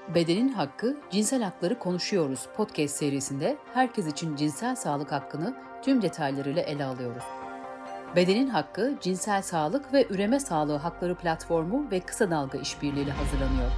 Bedenin Hakkı, Cinsel Hakları Konuşuyoruz podcast serisinde herkes için cinsel sağlık hakkını tüm detaylarıyla ele alıyoruz. Bedenin Hakkı, Cinsel Sağlık ve Üreme Sağlığı Hakları Platformu ve Kısa Dalga işbirliğiyle hazırlanıyor.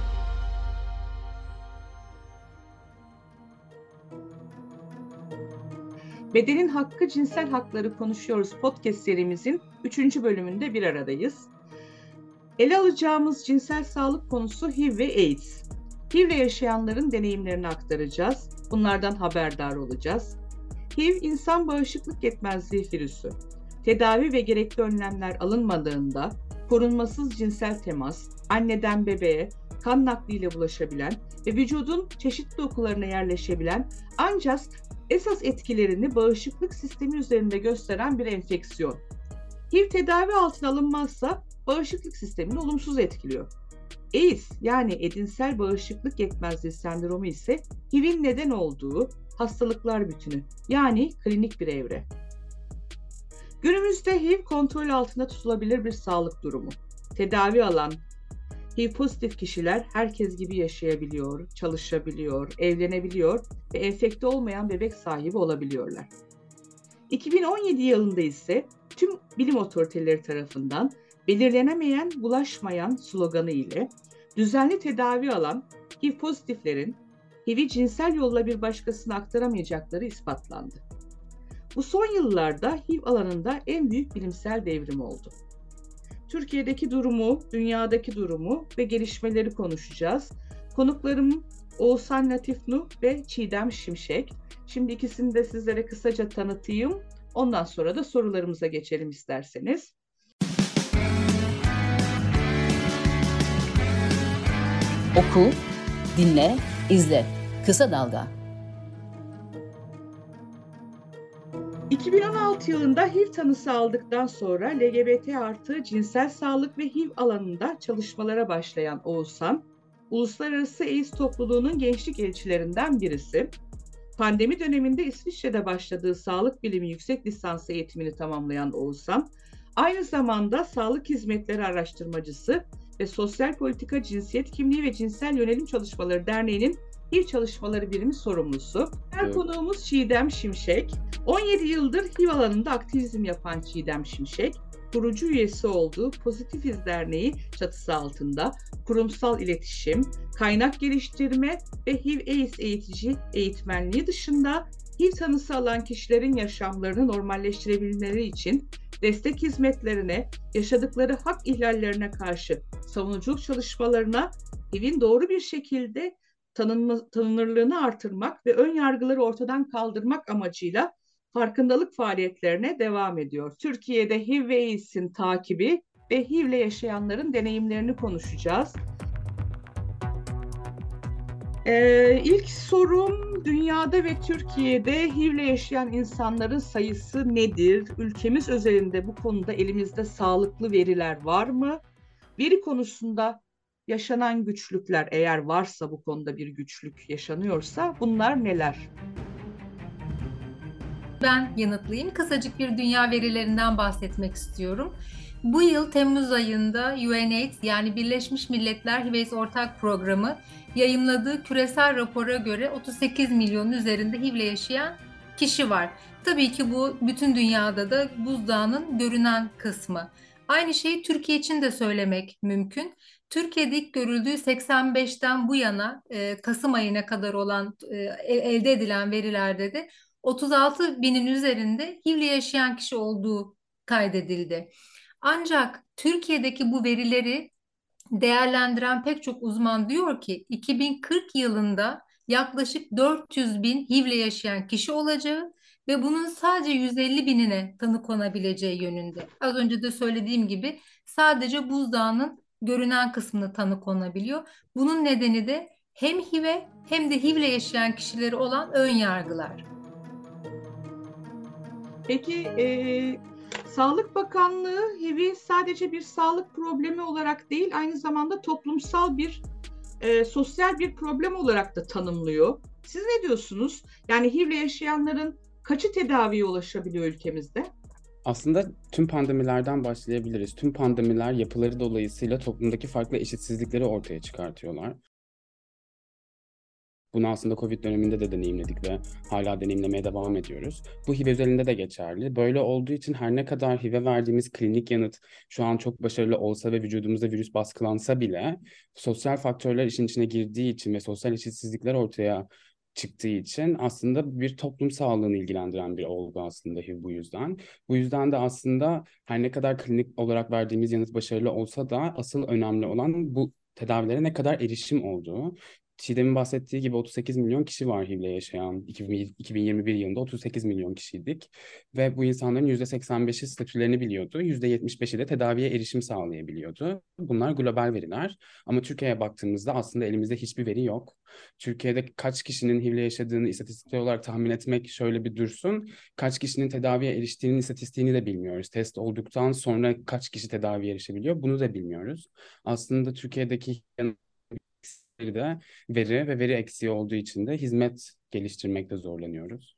Bedenin Hakkı Cinsel Hakları Konuşuyoruz podcast serimizin 3. bölümünde bir aradayız. Ele alacağımız cinsel sağlık konusu HIV ve AIDS. HIV ile yaşayanların deneyimlerini aktaracağız. Bunlardan haberdar olacağız. HIV, insan bağışıklık yetmezliği virüsü. Tedavi ve gerekli önlemler alınmadığında korunmasız cinsel temas, anneden bebeğe, kan nakliyle bulaşabilen ve vücudun çeşitli dokularına yerleşebilen ancak esas etkilerini bağışıklık sistemi üzerinde gösteren bir enfeksiyon. HIV tedavi altına alınmazsa bağışıklık sistemini olumsuz etkiliyor. AIDS yani edinsel bağışıklık yetmezliği sendromu ise HIV'in neden olduğu hastalıklar bütünü yani klinik bir evre. Günümüzde HIV kontrol altında tutulabilir bir sağlık durumu. Tedavi alan HIV pozitif kişiler herkes gibi yaşayabiliyor, çalışabiliyor, evlenebiliyor ve enfekte olmayan bebek sahibi olabiliyorlar. 2017 yılında ise tüm bilim otoriteleri tarafından belirlenemeyen, bulaşmayan sloganı ile düzenli tedavi alan HIV pozitiflerin HIV'i cinsel yolla bir başkasına aktaramayacakları ispatlandı. Bu son yıllarda HIV alanında en büyük bilimsel devrim oldu. Türkiye'deki durumu, dünyadaki durumu ve gelişmeleri konuşacağız. Konuklarım Oğuzhan Latifnu ve Çiğdem Şimşek. Şimdi ikisini de sizlere kısaca tanıtayım. Ondan sonra da sorularımıza geçelim isterseniz. Oku, dinle, izle. Kısa Dalga. 2016 yılında HIV tanısı aldıktan sonra LGBT artı cinsel sağlık ve HIV alanında çalışmalara başlayan Oğuzhan, Uluslararası AIDS Topluluğu'nun gençlik elçilerinden birisi. Pandemi döneminde İsviçre'de başladığı sağlık bilimi yüksek lisans eğitimini tamamlayan Oğuzhan, aynı zamanda sağlık hizmetleri araştırmacısı ve Sosyal Politika Cinsiyet Kimliği ve Cinsel Yönelim Çalışmaları Derneği'nin HIV çalışmaları birimi sorumlusu. Her konuğumuz Çiğdem Şimşek. 17 yıldır HIV alanında aktivizm yapan Çiğdem Şimşek, kurucu üyesi olduğu Pozitifiz Derneği çatısı altında kurumsal iletişim, kaynak geliştirme ve HIV/AIDS eğitici eğitmenliği dışında HIV tanısı alan kişilerin yaşamlarını normalleştirebilmeleri için destek hizmetlerine, yaşadıkları hak ihlallerine karşı savunuculuk çalışmalarına, HIV'in doğru bir şekilde tanınırlığını artırmak ve ön yargıları ortadan kaldırmak amacıyla farkındalık faaliyetlerine devam ediyor. Türkiye'de HIV ve AIDS'in takibi ve HIV ile yaşayanların deneyimlerini konuşacağız. İlk sorum, dünyada ve Türkiye'de HIV ile yaşayan insanların sayısı nedir? Ülkemiz özelinde bu konuda elimizde sağlıklı veriler var mı? Veri konusunda yaşanan güçlükler, eğer varsa bu konuda bir güçlük yaşanıyorsa bunlar neler? Ben yanıtlayayım. Kısacık bir dünya verilerinden bahsetmek istiyorum. Bu yıl Temmuz ayında UNAIDS yani Birleşmiş Milletler HIV/AIDS Ortak Programı yayımladığı küresel rapora göre 38 milyonun üzerinde HIV ile yaşayan kişi var. Tabii ki bu bütün dünyada da buzdağının görünen kısmı. Aynı şeyi Türkiye için de söylemek mümkün. Türkiye'de ilk görüldüğü 85'ten bu yana Kasım ayına kadar olan elde edilen verilerde de 36 binin üzerinde HIV'li yaşayan kişi olduğu kaydedildi. Ancak Türkiye'deki bu verileri değerlendiren pek çok uzman diyor ki 2040 yılında yaklaşık 400 bin HIV'le yaşayan kişi olacağı ve bunun sadece 150 binine tanı konabileceği yönünde. Az önce de söylediğim gibi sadece buzdağının görünen kısmını tanı konabiliyor. Bunun nedeni de hem HIV'e hem de HIV'le yaşayan kişileri olan ön yargılar. Peki Sağlık Bakanlığı HIV'i sadece bir sağlık problemi olarak değil, aynı zamanda toplumsal bir, sosyal bir problem olarak da tanımlıyor. Siz ne diyorsunuz? Yani HIV'le yaşayanların kaçı tedaviye ulaşabiliyor ülkemizde? Aslında tüm pandemilerden başlayabiliriz. Tüm pandemiler yapıları dolayısıyla toplumdaki farklı eşitsizlikleri ortaya çıkartıyorlar. Bunu aslında Covid döneminde de deneyimledik ve hala deneyimlemeye devam ediyoruz. Bu HIV özelinde de geçerli. Böyle olduğu için her ne kadar HIV'e verdiğimiz klinik yanıt şu an çok başarılı olsa ve vücudumuzda virüs baskılansa bile sosyal faktörler işin içine girdiği için ve sosyal eşitsizlikler ortaya çıktığı için aslında bir toplum sağlığını ilgilendiren bir olgu aslında HIV bu yüzden. Bu yüzden de aslında her ne kadar klinik olarak verdiğimiz yanıt başarılı olsa da asıl önemli olan bu tedavilere ne kadar erişim olduğu. Çiğdem'in bahsettiği gibi 38 milyon kişi var HIV'le yaşayan. 2021 yılında 38 milyon kişiydik. Ve bu insanların %85'i statülerini biliyordu. %75'i de tedaviye erişim sağlayabiliyordu. Bunlar global veriler. Ama Türkiye'ye baktığımızda aslında elimizde hiçbir veri yok. Türkiye'de kaç kişinin HIV'le yaşadığını istatistiksel olarak tahmin etmek şöyle bir dursun. Kaç kişinin tedaviye eriştiğinin istatistiğini de bilmiyoruz. Test olduktan sonra kaç kişi tedaviye erişebiliyor bunu da bilmiyoruz. Aslında Türkiye'deki de veri ve veri eksiği olduğu için de hizmet geliştirmekte zorlanıyoruz.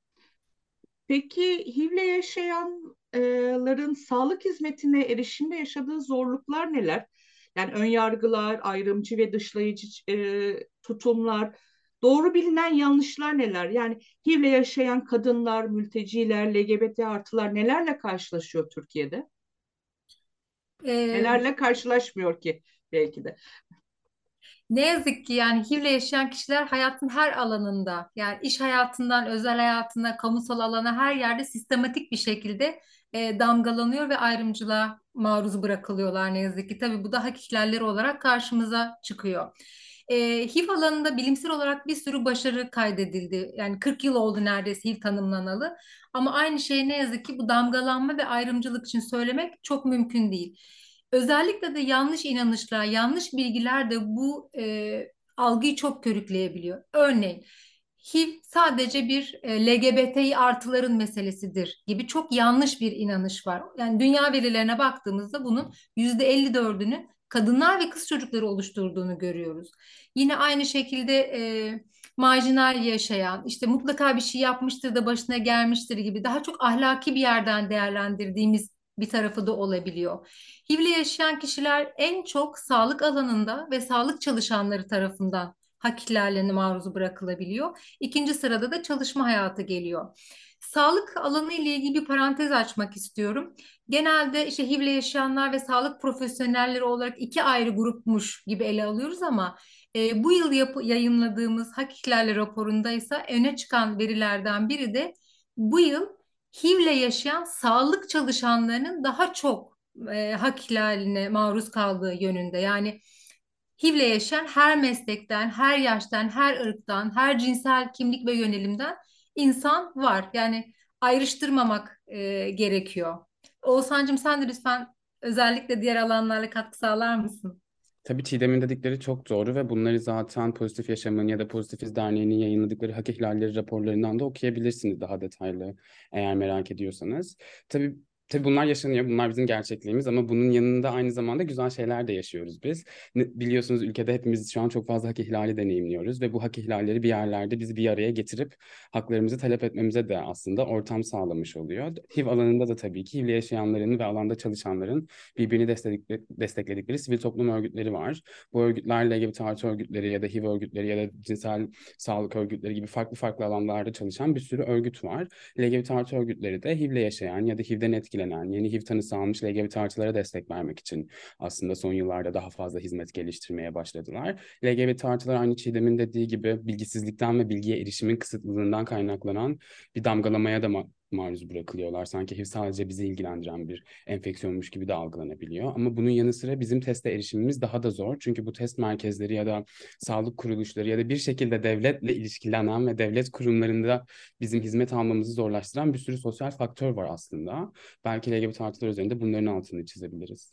Peki HIV'le yaşayanların sağlık hizmetine erişimde yaşadığı zorluklar neler? Yani ön yargılar, ayrımcı ve dışlayıcı tutumlar, doğru bilinen yanlışlar neler? Yani HIV'le yaşayan kadınlar, mülteciler, LGBT artılar nelerle karşılaşıyor Türkiye'de? Ee, Nelerle karşılaşmıyor ki belki de. Ne yazık ki yani HIV'le yaşayan kişiler hayatın her alanında, yani iş hayatından özel hayatına, kamusal alana, her yerde sistematik bir şekilde damgalanıyor ve ayrımcılığa maruz bırakılıyorlar ne yazık ki. Tabii bu da hak ihlalleri olarak karşımıza çıkıyor. HIV alanında bilimsel olarak bir sürü başarı kaydedildi. Yani 40 yıl oldu neredeyse HIV tanımlanalı. Ama aynı şeyi ne yazık ki bu damgalanma ve ayrımcılık için söylemek çok mümkün değil. Özellikle de yanlış inanışlar, yanlış bilgiler de bu algıyı çok körükleyebiliyor. Örneğin HIV sadece bir LGBTİ artıların meselesidir gibi çok yanlış bir inanış var. Yani dünya verilerine baktığımızda bunun %54'ünü kadınlar ve kız çocukları oluşturduğunu görüyoruz. Yine aynı şekilde marjinal yaşayan, işte mutlaka bir şey yapmıştır da başına gelmiştir gibi daha çok ahlaki bir yerden değerlendirdiğimiz bir tarafı da olabiliyor. HIV'le yaşayan kişiler en çok sağlık alanında ve sağlık çalışanları tarafından hak ihlallerine maruz bırakılabiliyor. İkinci sırada da çalışma hayatı geliyor. Sağlık alanı ile ilgili bir parantez açmak istiyorum. Genelde işte HIV'le yaşayanlar ve sağlık profesyonelleri olarak iki ayrı grupmuş gibi ele alıyoruz ama bu yıl yayınladığımız hak ihlalleri raporunda ise öne çıkan verilerden biri de bu yıl HIV'le yaşayan sağlık çalışanlarının daha çok hak ihlaline maruz kaldığı yönünde. Yani HIV'le yaşayan her meslekten, her yaştan, her ırktan, her cinsel kimlik ve yönelimden insan var. Yani ayrıştırmamak gerekiyor. Oğuzhan'cığım sen de lütfen özellikle diğer alanlarla katkı sağlar mısın? Tabii Çiğdem'in dedikleri çok doğru ve bunları zaten Pozitif Yaşam'ın ya da Pozitifiz Derneği'nin yayınladıkları hak ihlalleri raporlarından da okuyabilirsiniz daha detaylı eğer merak ediyorsanız. Tabii Tabii bunlar yaşanıyor, bunlar bizim gerçekliğimiz ama bunun yanında aynı zamanda güzel şeyler de yaşıyoruz biz. Biliyorsunuz ülkede hepimiz şu an çok fazla hak ihlali deneyimliyoruz ve bu hak ihlalleri bir yerlerde bizi bir araya getirip haklarımızı talep etmemize de aslında ortam sağlamış oluyor. HIV alanında da tabii ki HIV'le yaşayanların ve alanda çalışanların birbirini destekledikleri sivil toplum örgütleri var. Bu örgütler LGBT artı örgütleri ya da HIV örgütleri ya da cinsel sağlık örgütleri gibi farklı farklı alanlarda çalışan bir sürü örgüt var. LGBT artı örgütleri de HIV'le yaşayan ya da HIV'den etkilenen, yeni HIV tanısı almış LGBT artılara destek vermek için aslında son yıllarda daha fazla hizmet geliştirmeye başladılar. LGBT artılar aynı Çiğdem'in dediği gibi bilgisizlikten ve bilgiye erişimin kısıtlılığından kaynaklanan bir damgalamaya da maruz bırakılıyorlar. Sanki HIV sadece bizi ilgilendiren bir enfeksiyonmuş gibi de algılanabiliyor. Ama bunun yanı sıra bizim teste erişimimiz daha da zor. Çünkü bu test merkezleri ya da sağlık kuruluşları ya da bir şekilde devletle ilişkilenen ve devlet kurumlarında bizim hizmet almamızı zorlaştıran bir sürü sosyal faktör var aslında. Belki LGBT artılar üzerinde bunların altını çizebiliriz.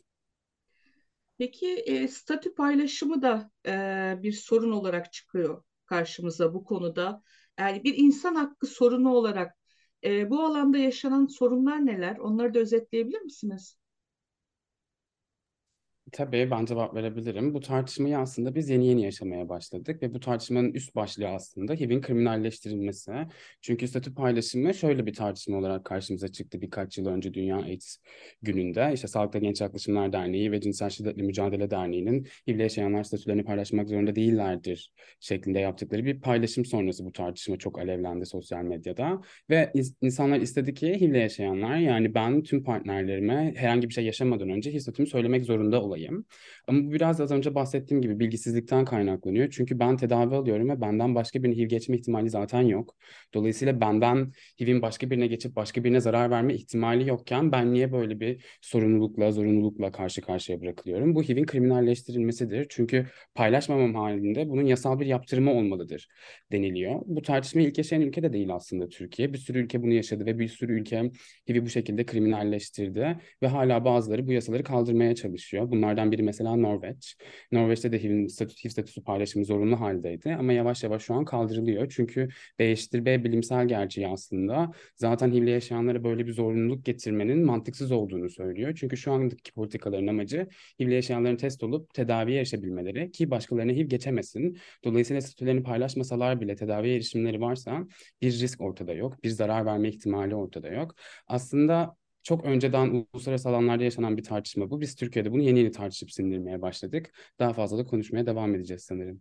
Peki statü paylaşımı da bir sorun olarak çıkıyor karşımıza bu konuda. Yani bir insan hakkı sorunu olarak bu alanda yaşanan sorunlar neler? Onları da özetleyebilir misiniz? Tabii ben cevap verebilirim. Bu tartışmayı aslında biz yeni yeni yaşamaya başladık ve bu tartışmanın üst başlığı aslında HIV'in kriminalleştirilmesi. Çünkü statü paylaşımı şöyle bir tartışma olarak karşımıza çıktı birkaç yıl önce Dünya AIDS gününde. İşte Sağlıklı Genç Yaklaşımlar Derneği ve Cinsel Şiddetle Mücadele Derneği'nin HIV'le yaşayanlar statülerini paylaşmak zorunda değillerdir şeklinde yaptıkları bir paylaşım sonrası bu tartışma çok alevlendi sosyal medyada. Ve insanlar istedi ki HIV'le yaşayanlar, yani ben tüm partnerlerime herhangi bir şey yaşamadan önce HIV statümü söylemek zorunda olayım. Ama bu biraz az önce bahsettiğim gibi bilgisizlikten kaynaklanıyor. Çünkü ben tedavi alıyorum ve benden başka birine HIV geçme ihtimali zaten yok. Dolayısıyla benden HIV'in başka birine geçip başka birine zarar verme ihtimali yokken ben niye böyle bir sorumlulukla, zorunlulukla karşı karşıya bırakılıyorum? Bu HIV'in kriminalleştirilmesidir. Çünkü paylaşmamam halinde bunun yasal bir yaptırımı olmalıdır deniliyor. Bu tartışmayı ilk yaşayan ülke de değil aslında Türkiye. Bir sürü ülke bunu yaşadı ve bir sürü ülke HIV'i bu şekilde kriminalleştirdi ve hala bazıları bu yasaları kaldırmaya çalışıyor. Bunlardan biri mesela Norveç. Norveç'te de HIV statüsü paylaşımı zorunlu haldeydi ama yavaş yavaş şu an kaldırılıyor. Çünkü B bilimsel gerçeği aslında zaten HIV'le yaşayanlara böyle bir zorunluluk getirmenin mantıksız olduğunu söylüyor. Çünkü şu andaki politikaların amacı HIV'le yaşayanların test olup tedaviye erişebilmeleri ki başkalarına HIV geçemesin. Dolayısıyla statülerini paylaşmasalar bile tedaviye erişimleri varsa bir risk ortada yok, bir zarar verme ihtimali ortada yok. Aslında çok önceden uluslararası alanlarda yaşanan bir tartışma bu. Biz Türkiye'de bunu yeni yeni tartışıp sindirmeye başladık. Daha fazla da konuşmaya devam edeceğiz sanırım.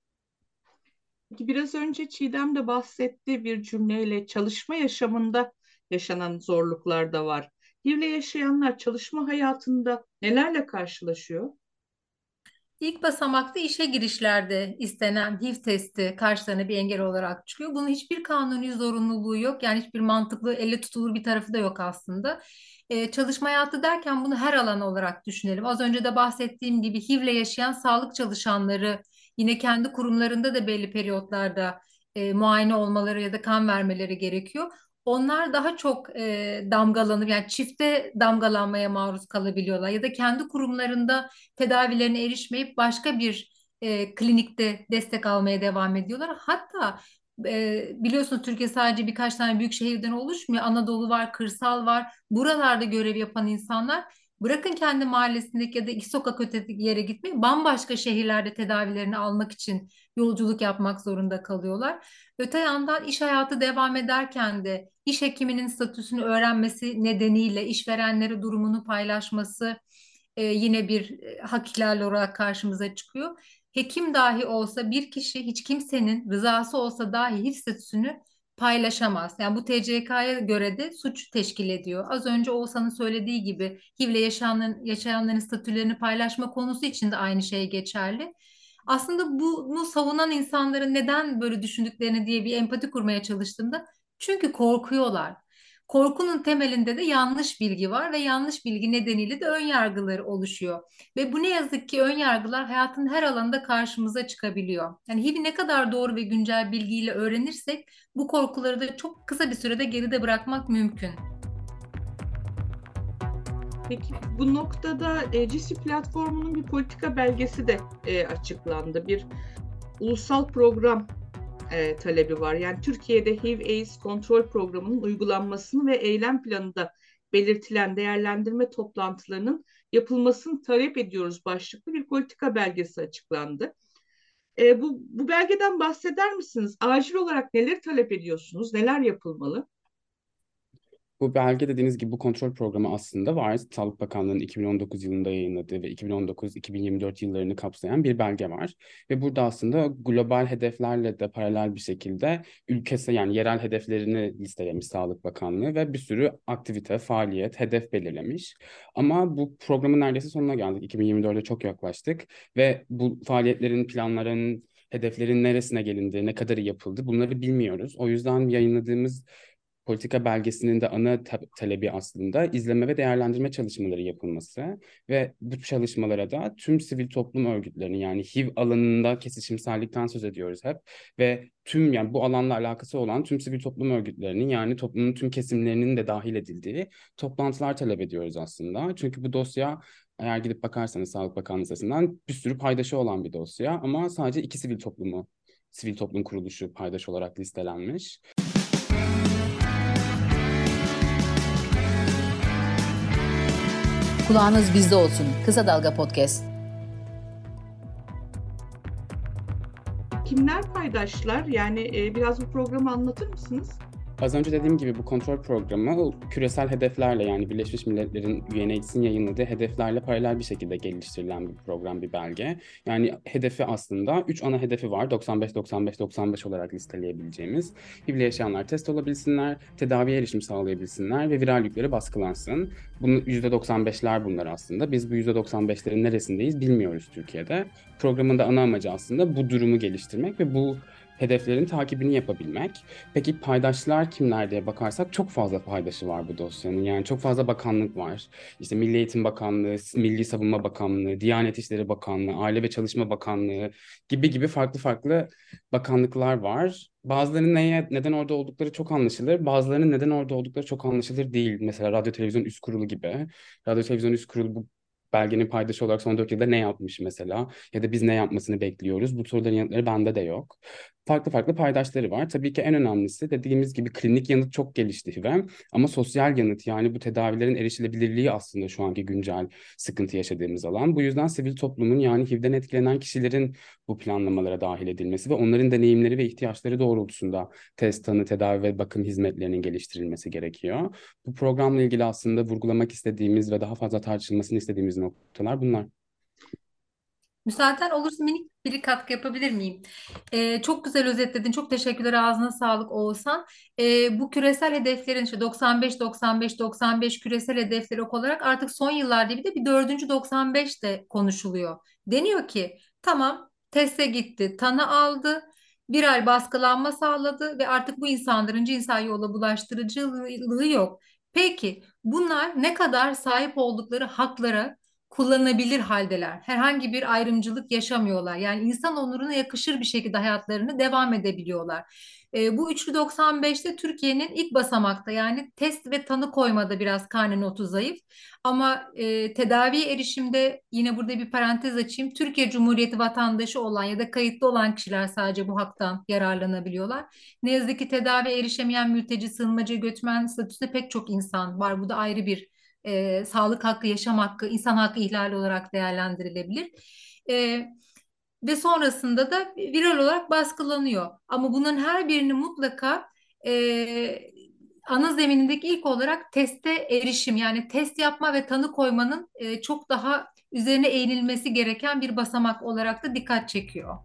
Peki biraz önce Çiğdem de bahsettiği bir cümleyle çalışma yaşamında yaşanan zorluklar da var. HIV'le yaşayanlar çalışma hayatında nelerle karşılaşıyor? İlk basamakta işe girişlerde istenen HIV testi karşılarına bir engel olarak çıkıyor. Bunun hiçbir kanuni zorunluluğu yok. Yani hiçbir mantıklı, elle tutulur bir tarafı da yok aslında. Çalışma hayatı derken bunu her alan olarak düşünelim. Az önce de bahsettiğim gibi HIV'le yaşayan sağlık çalışanları yine kendi kurumlarında da belli periyotlarda muayene olmaları ya da kan vermeleri gerekiyor. Onlar daha çok damgalanıp yani çifte damgalanmaya maruz kalabiliyorlar ya da kendi kurumlarında tedavilerine erişmeyip başka bir klinikte destek almaya devam ediyorlar. Hatta biliyorsunuz Türkiye sadece birkaç tane büyük şehirden oluşmuyor. Anadolu var, kırsal var. Buralarda görev yapan insanlar bırakın kendi mahallesindeki ya da iki sokak öteki yere gitmeyi bambaşka şehirlerde tedavilerini almak için yolculuk yapmak zorunda kalıyorlar. Öte yandan iş hayatı devam ederken de iş hekiminin statüsünü öğrenmesi nedeniyle işverenlere durumunu paylaşması yine bir hak ihlali olarak karşımıza çıkıyor. Hekim dahi olsa bir kişi hiç kimsenin rızası olsa dahi HIV statüsünü paylaşamaz. Yani bu TCK'ya göre de suç teşkil ediyor. Az önce Oğuzhan'ın söylediği gibi HIV'le yaşayanların statülerini paylaşma konusu için de aynı şey geçerli. Aslında bunu savunan insanların neden böyle düşündüklerini diye bir empati kurmaya çalıştığımda çünkü korkuyorlar. Korkunun temelinde de yanlış bilgi var ve yanlış bilgi nedeniyle de ön yargıları oluşuyor. Ve bu ne yazık ki ön yargılar hayatın her alanında karşımıza çıkabiliyor. Yani HIV'i ne kadar doğru ve güncel bilgiyle öğrenirsek bu korkuları da çok kısa bir sürede geride bırakmak mümkün. Peki bu noktada CISI platformunun bir politika belgesi de açıklandı. Bir ulusal program talebi var. Yani Türkiye'de HIV/AIDS kontrol programının uygulanmasını ve eylem planında belirtilen değerlendirme toplantılarının yapılmasını talep ediyoruz başlıklı bir politika belgesi açıklandı. Bu belgeden bahseder misiniz? Acil olarak neler talep ediyorsunuz? Neler yapılmalı? Bu belge dediğiniz gibi bu kontrol programı aslında var. Sağlık Bakanlığı'nın 2019 yılında yayınladığı ve 2019-2024 yıllarını kapsayan bir belge var. Ve burada aslında global hedeflerle de paralel bir şekilde ülkesi yani yerel hedeflerini listelemiş Sağlık Bakanlığı ve bir sürü aktivite, faaliyet, hedef belirlemiş. Ama bu programın neredeyse sonuna geldik. 2024'e çok yaklaştık ve bu faaliyetlerin, planların, hedeflerin neresine gelindi, ne kadarı yapıldı bunları bilmiyoruz. O yüzden yayınladığımız politika belgesinin de ana talebi aslında izleme ve değerlendirme çalışmaları yapılması ve bu çalışmalara da tüm sivil toplum örgütlerinin yani HIV alanında kesişimsellikten söz ediyoruz hep ve tüm yani bu alanla alakası olan tüm sivil toplum örgütlerinin yani toplumun tüm kesimlerinin de dahil edildiği toplantılar talep ediyoruz aslında. Çünkü bu dosya eğer gidip bakarsanız Sağlık Bakanlığı sitesinden bir sürü paydaşı olan bir dosya ama sadece iki sivil toplum kuruluşu paydaş olarak listelenmiş. Kulağınız bizde olsun. Kısa Dalga Podcast. Kimler paydaşlar? Yani biraz bu programı anlatır mısınız? Az önce dediğim gibi bu kontrol programı küresel hedeflerle, yani Birleşmiş Milletler'in UNAIDS'in yayınladığı hedeflerle paralel bir şekilde geliştirilen bir program, bir belge. Yani hedefi aslında 3 ana hedefi var. 95-95-95 olarak listeleyebileceğimiz. HIV'le yaşayanlar test olabilsinler, tedaviye erişim sağlayabilsinler ve viral yükleri baskılansın. Bunun %95'ler bunlar aslında. Biz bu %95'lerin neresindeyiz bilmiyoruz Türkiye'de. Programın da ana amacı aslında bu durumu geliştirmek ve bu hedeflerin takibini yapabilmek. Peki paydaşlar kimler diye bakarsak çok fazla paydaşı var bu dosyanın. Yani çok fazla bakanlık var. İşte Milli Eğitim Bakanlığı, Milli Savunma Bakanlığı, Diyanet İşleri Bakanlığı, Aile ve Çalışma Bakanlığı gibi farklı bakanlıklar var. Bazılarının neden orada oldukları çok anlaşılır. Bazılarının neden orada oldukları çok anlaşılır değil. Mesela Radyo Televizyon Üst Kurulu gibi. Radyo Televizyon Üst Kurulu bu belgenin paydaşı olarak son 4 yılda ne yapmış mesela? Ya da biz ne yapmasını bekliyoruz? Bu soruların yanıtları bende de yok. Farklı paydaşları var. Tabii ki en önemlisi dediğimiz gibi klinik yanıt çok gelişti HIV. Ama sosyal yanıt, yani bu tedavilerin erişilebilirliği aslında şu anki güncel sıkıntı yaşadığımız alan. Bu yüzden sivil toplumun, yani HIV'den etkilenen kişilerin bu planlamalara dahil edilmesi ve onların deneyimleri ve ihtiyaçları doğrultusunda test, tanı, tedavi ve bakım hizmetlerinin geliştirilmesi gerekiyor. Bu programla ilgili aslında vurgulamak istediğimiz ve daha fazla tartışılmasını istediğimiz noktalar bunlar. Müsaaden olursa minik bir katkı yapabilir miyim? Çok güzel özetledin. Çok teşekkürler. Ağzına sağlık Oğuzhan. Bu küresel hedeflerin işte 95-95-95 küresel hedefleri olarak artık son yıllarda bir dördüncü 95 de konuşuluyor. Deniyor ki tamam, teste gitti, tanı aldı, viral baskılanma sağladı ve artık bu insanların cinsel yolla bulaştırıcılığı yok. Peki bunlar ne kadar sahip oldukları haklara kullanılabilir haldeler. Herhangi bir ayrımcılık yaşamıyorlar. Yani insan onuruna yakışır bir şekilde hayatlarını devam edebiliyorlar. Bu üçlü 95'te Türkiye'nin ilk basamakta, yani test ve tanı koymada biraz karne notu zayıf. Ama tedaviye erişimde yine burada bir parantez açayım. Türkiye Cumhuriyeti vatandaşı olan ya da kayıtlı olan kişiler sadece bu haktan yararlanabiliyorlar. Ne yazık ki tedaviye erişemeyen mülteci, sığınmacı, göçmen statüsünde pek çok insan var. Bu da ayrı bir sağlık hakkı, yaşam hakkı, insan hakkı ihlali olarak değerlendirilebilir. E, Ve sonrasında da viral olarak baskılanıyor. Ama bunun her birini mutlaka ana zeminindeki ilk olarak teste erişim, yani test yapma ve tanı koymanın çok daha üzerine eğilmesi gereken bir basamak olarak da dikkat çekiyor.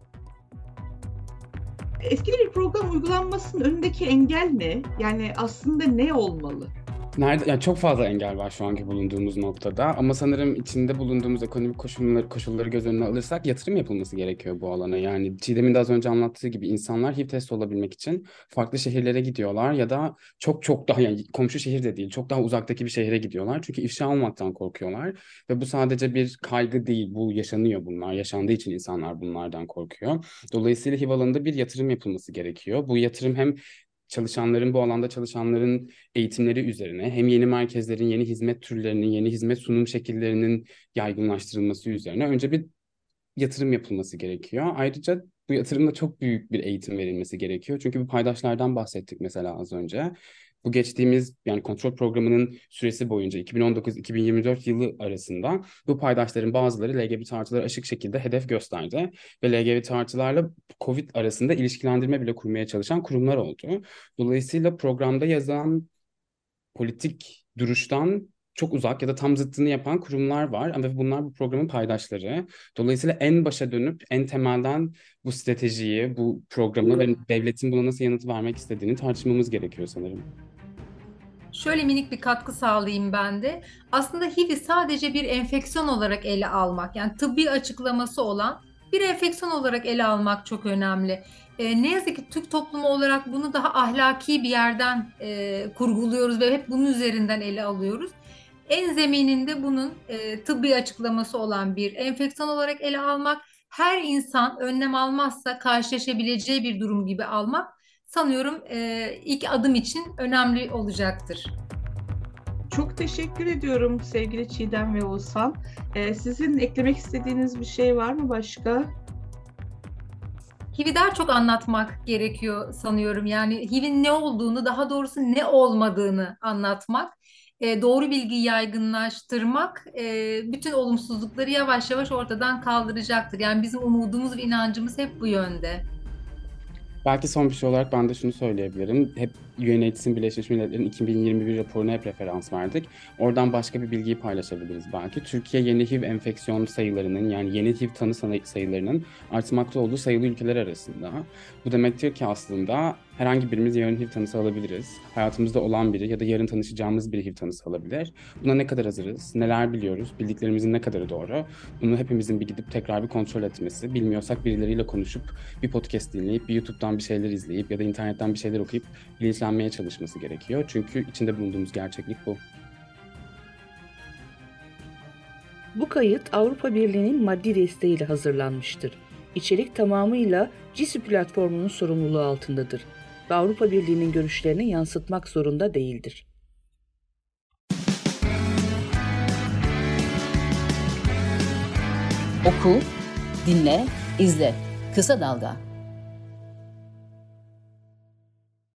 Etkili bir program uygulanmasının önündeki engel ne? Yani aslında ne olmalı? Yani çok fazla engel var şu anki bulunduğumuz noktada, ama sanırım içinde bulunduğumuz ekonomik koşulları göz önüne alırsak yatırım yapılması gerekiyor bu alana. Yani Çiğdem'in de az önce anlattığı gibi insanlar HIV test olabilmek için farklı şehirlere gidiyorlar ya da çok daha, yani komşu şehir de değil, çok daha uzaktaki bir şehre gidiyorlar. Çünkü ifşa olmaktan korkuyorlar ve bu sadece bir kaygı değil, bu yaşanıyor, bunlar yaşandığı için insanlar bunlardan korkuyor. Dolayısıyla HIV alanında bir yatırım yapılması gerekiyor. Bu yatırım hem çalışanların, bu alanda çalışanların eğitimleri üzerine, hem yeni merkezlerin, yeni hizmet türlerinin, yeni hizmet sunum şekillerinin yaygınlaştırılması üzerine önce bir yatırım yapılması gerekiyor. Ayrıca bu yatırımda çok büyük bir eğitim verilmesi gerekiyor. Çünkü bu paydaşlardan bahsettik mesela az önce. Bu geçtiğimiz, yani kontrol programının süresi boyunca 2019-2024 yılı arasında bu paydaşların bazıları LGBT artıları açık şekilde hedef gösterdi. Ve LGBT artılarla COVID arasında ilişkilendirme bile kurmaya çalışan kurumlar oldu. Dolayısıyla programda yazan politik duruştan çok uzak ya da tam zıttını yapan kurumlar var, ama bunlar bu programın paydaşları. Dolayısıyla en başa dönüp en temelden bu stratejiyi, bu programı ve devletin buna nasıl yanıt vermek istediğini tartışmamız gerekiyor sanırım. Şöyle minik bir katkı sağlayayım ben de. Aslında HIV'i sadece bir enfeksiyon olarak ele almak, yani tıbbi açıklaması olan bir enfeksiyon olarak ele almak çok önemli. Ne yazık ki Türk toplumu olarak bunu daha ahlaki bir yerden kurguluyoruz ve hep bunun üzerinden ele alıyoruz. En zemininde bunun tıbbi açıklaması olan bir enfeksiyon olarak ele almak, her insan önlem almazsa karşılaşabileceği bir durum gibi almak, sanıyorum ilk adım için önemli olacaktır. Çok teşekkür ediyorum sevgili Çiğdem ve Oğuzhan. Sizin eklemek istediğiniz bir şey var mı başka? HIV'i daha çok anlatmak gerekiyor sanıyorum. Yani HIV'in ne olduğunu, daha doğrusu ne olmadığını anlatmak. doğru bilgiyi yaygınlaştırmak bütün olumsuzlukları yavaş yavaş ortadan kaldıracaktır. Yani bizim umudumuz ve inancımız hep bu yönde. Belki son bir şey olarak ben de şunu söyleyebilirim. Hep UNAIDS'in Birleşmiş Milletler'in 2021 raporuna hep referans verdik. Oradan başka bir bilgiyi paylaşabiliriz belki. Türkiye yeni HIV enfeksiyon sayılarının, yani yeni HIV tanı sayılarının artmakta olduğu sayılı ülkeler arasında. Bu demektir ki aslında herhangi birimiz yarın HIV tanısı alabiliriz. Hayatımızda olan biri ya da yarın tanışacağımız biri HIV tanısı alabilir. Buna ne kadar hazırız? Neler biliyoruz? Bildiklerimizin ne kadarı doğru? Bunu hepimizin bir gidip tekrar bir kontrol etmesi. Bilmiyorsak birileriyle konuşup, bir podcast dinleyip, bir YouTube'dan bir şeyler izleyip ya da internetten bir şeyler okuyup bilinçlenmeye çalışması gerekiyor. Çünkü içinde bulunduğumuz gerçeklik bu. Bu kayıt Avrupa Birliği'nin maddi desteğiyle hazırlanmıştır. İçerik tamamıyla CİSİ platformunun sorumluluğu altındadır ve Avrupa Birliği'nin görüşlerini yansıtmak zorunda değildir. Oku, dinle, izle. Kısa Dalga.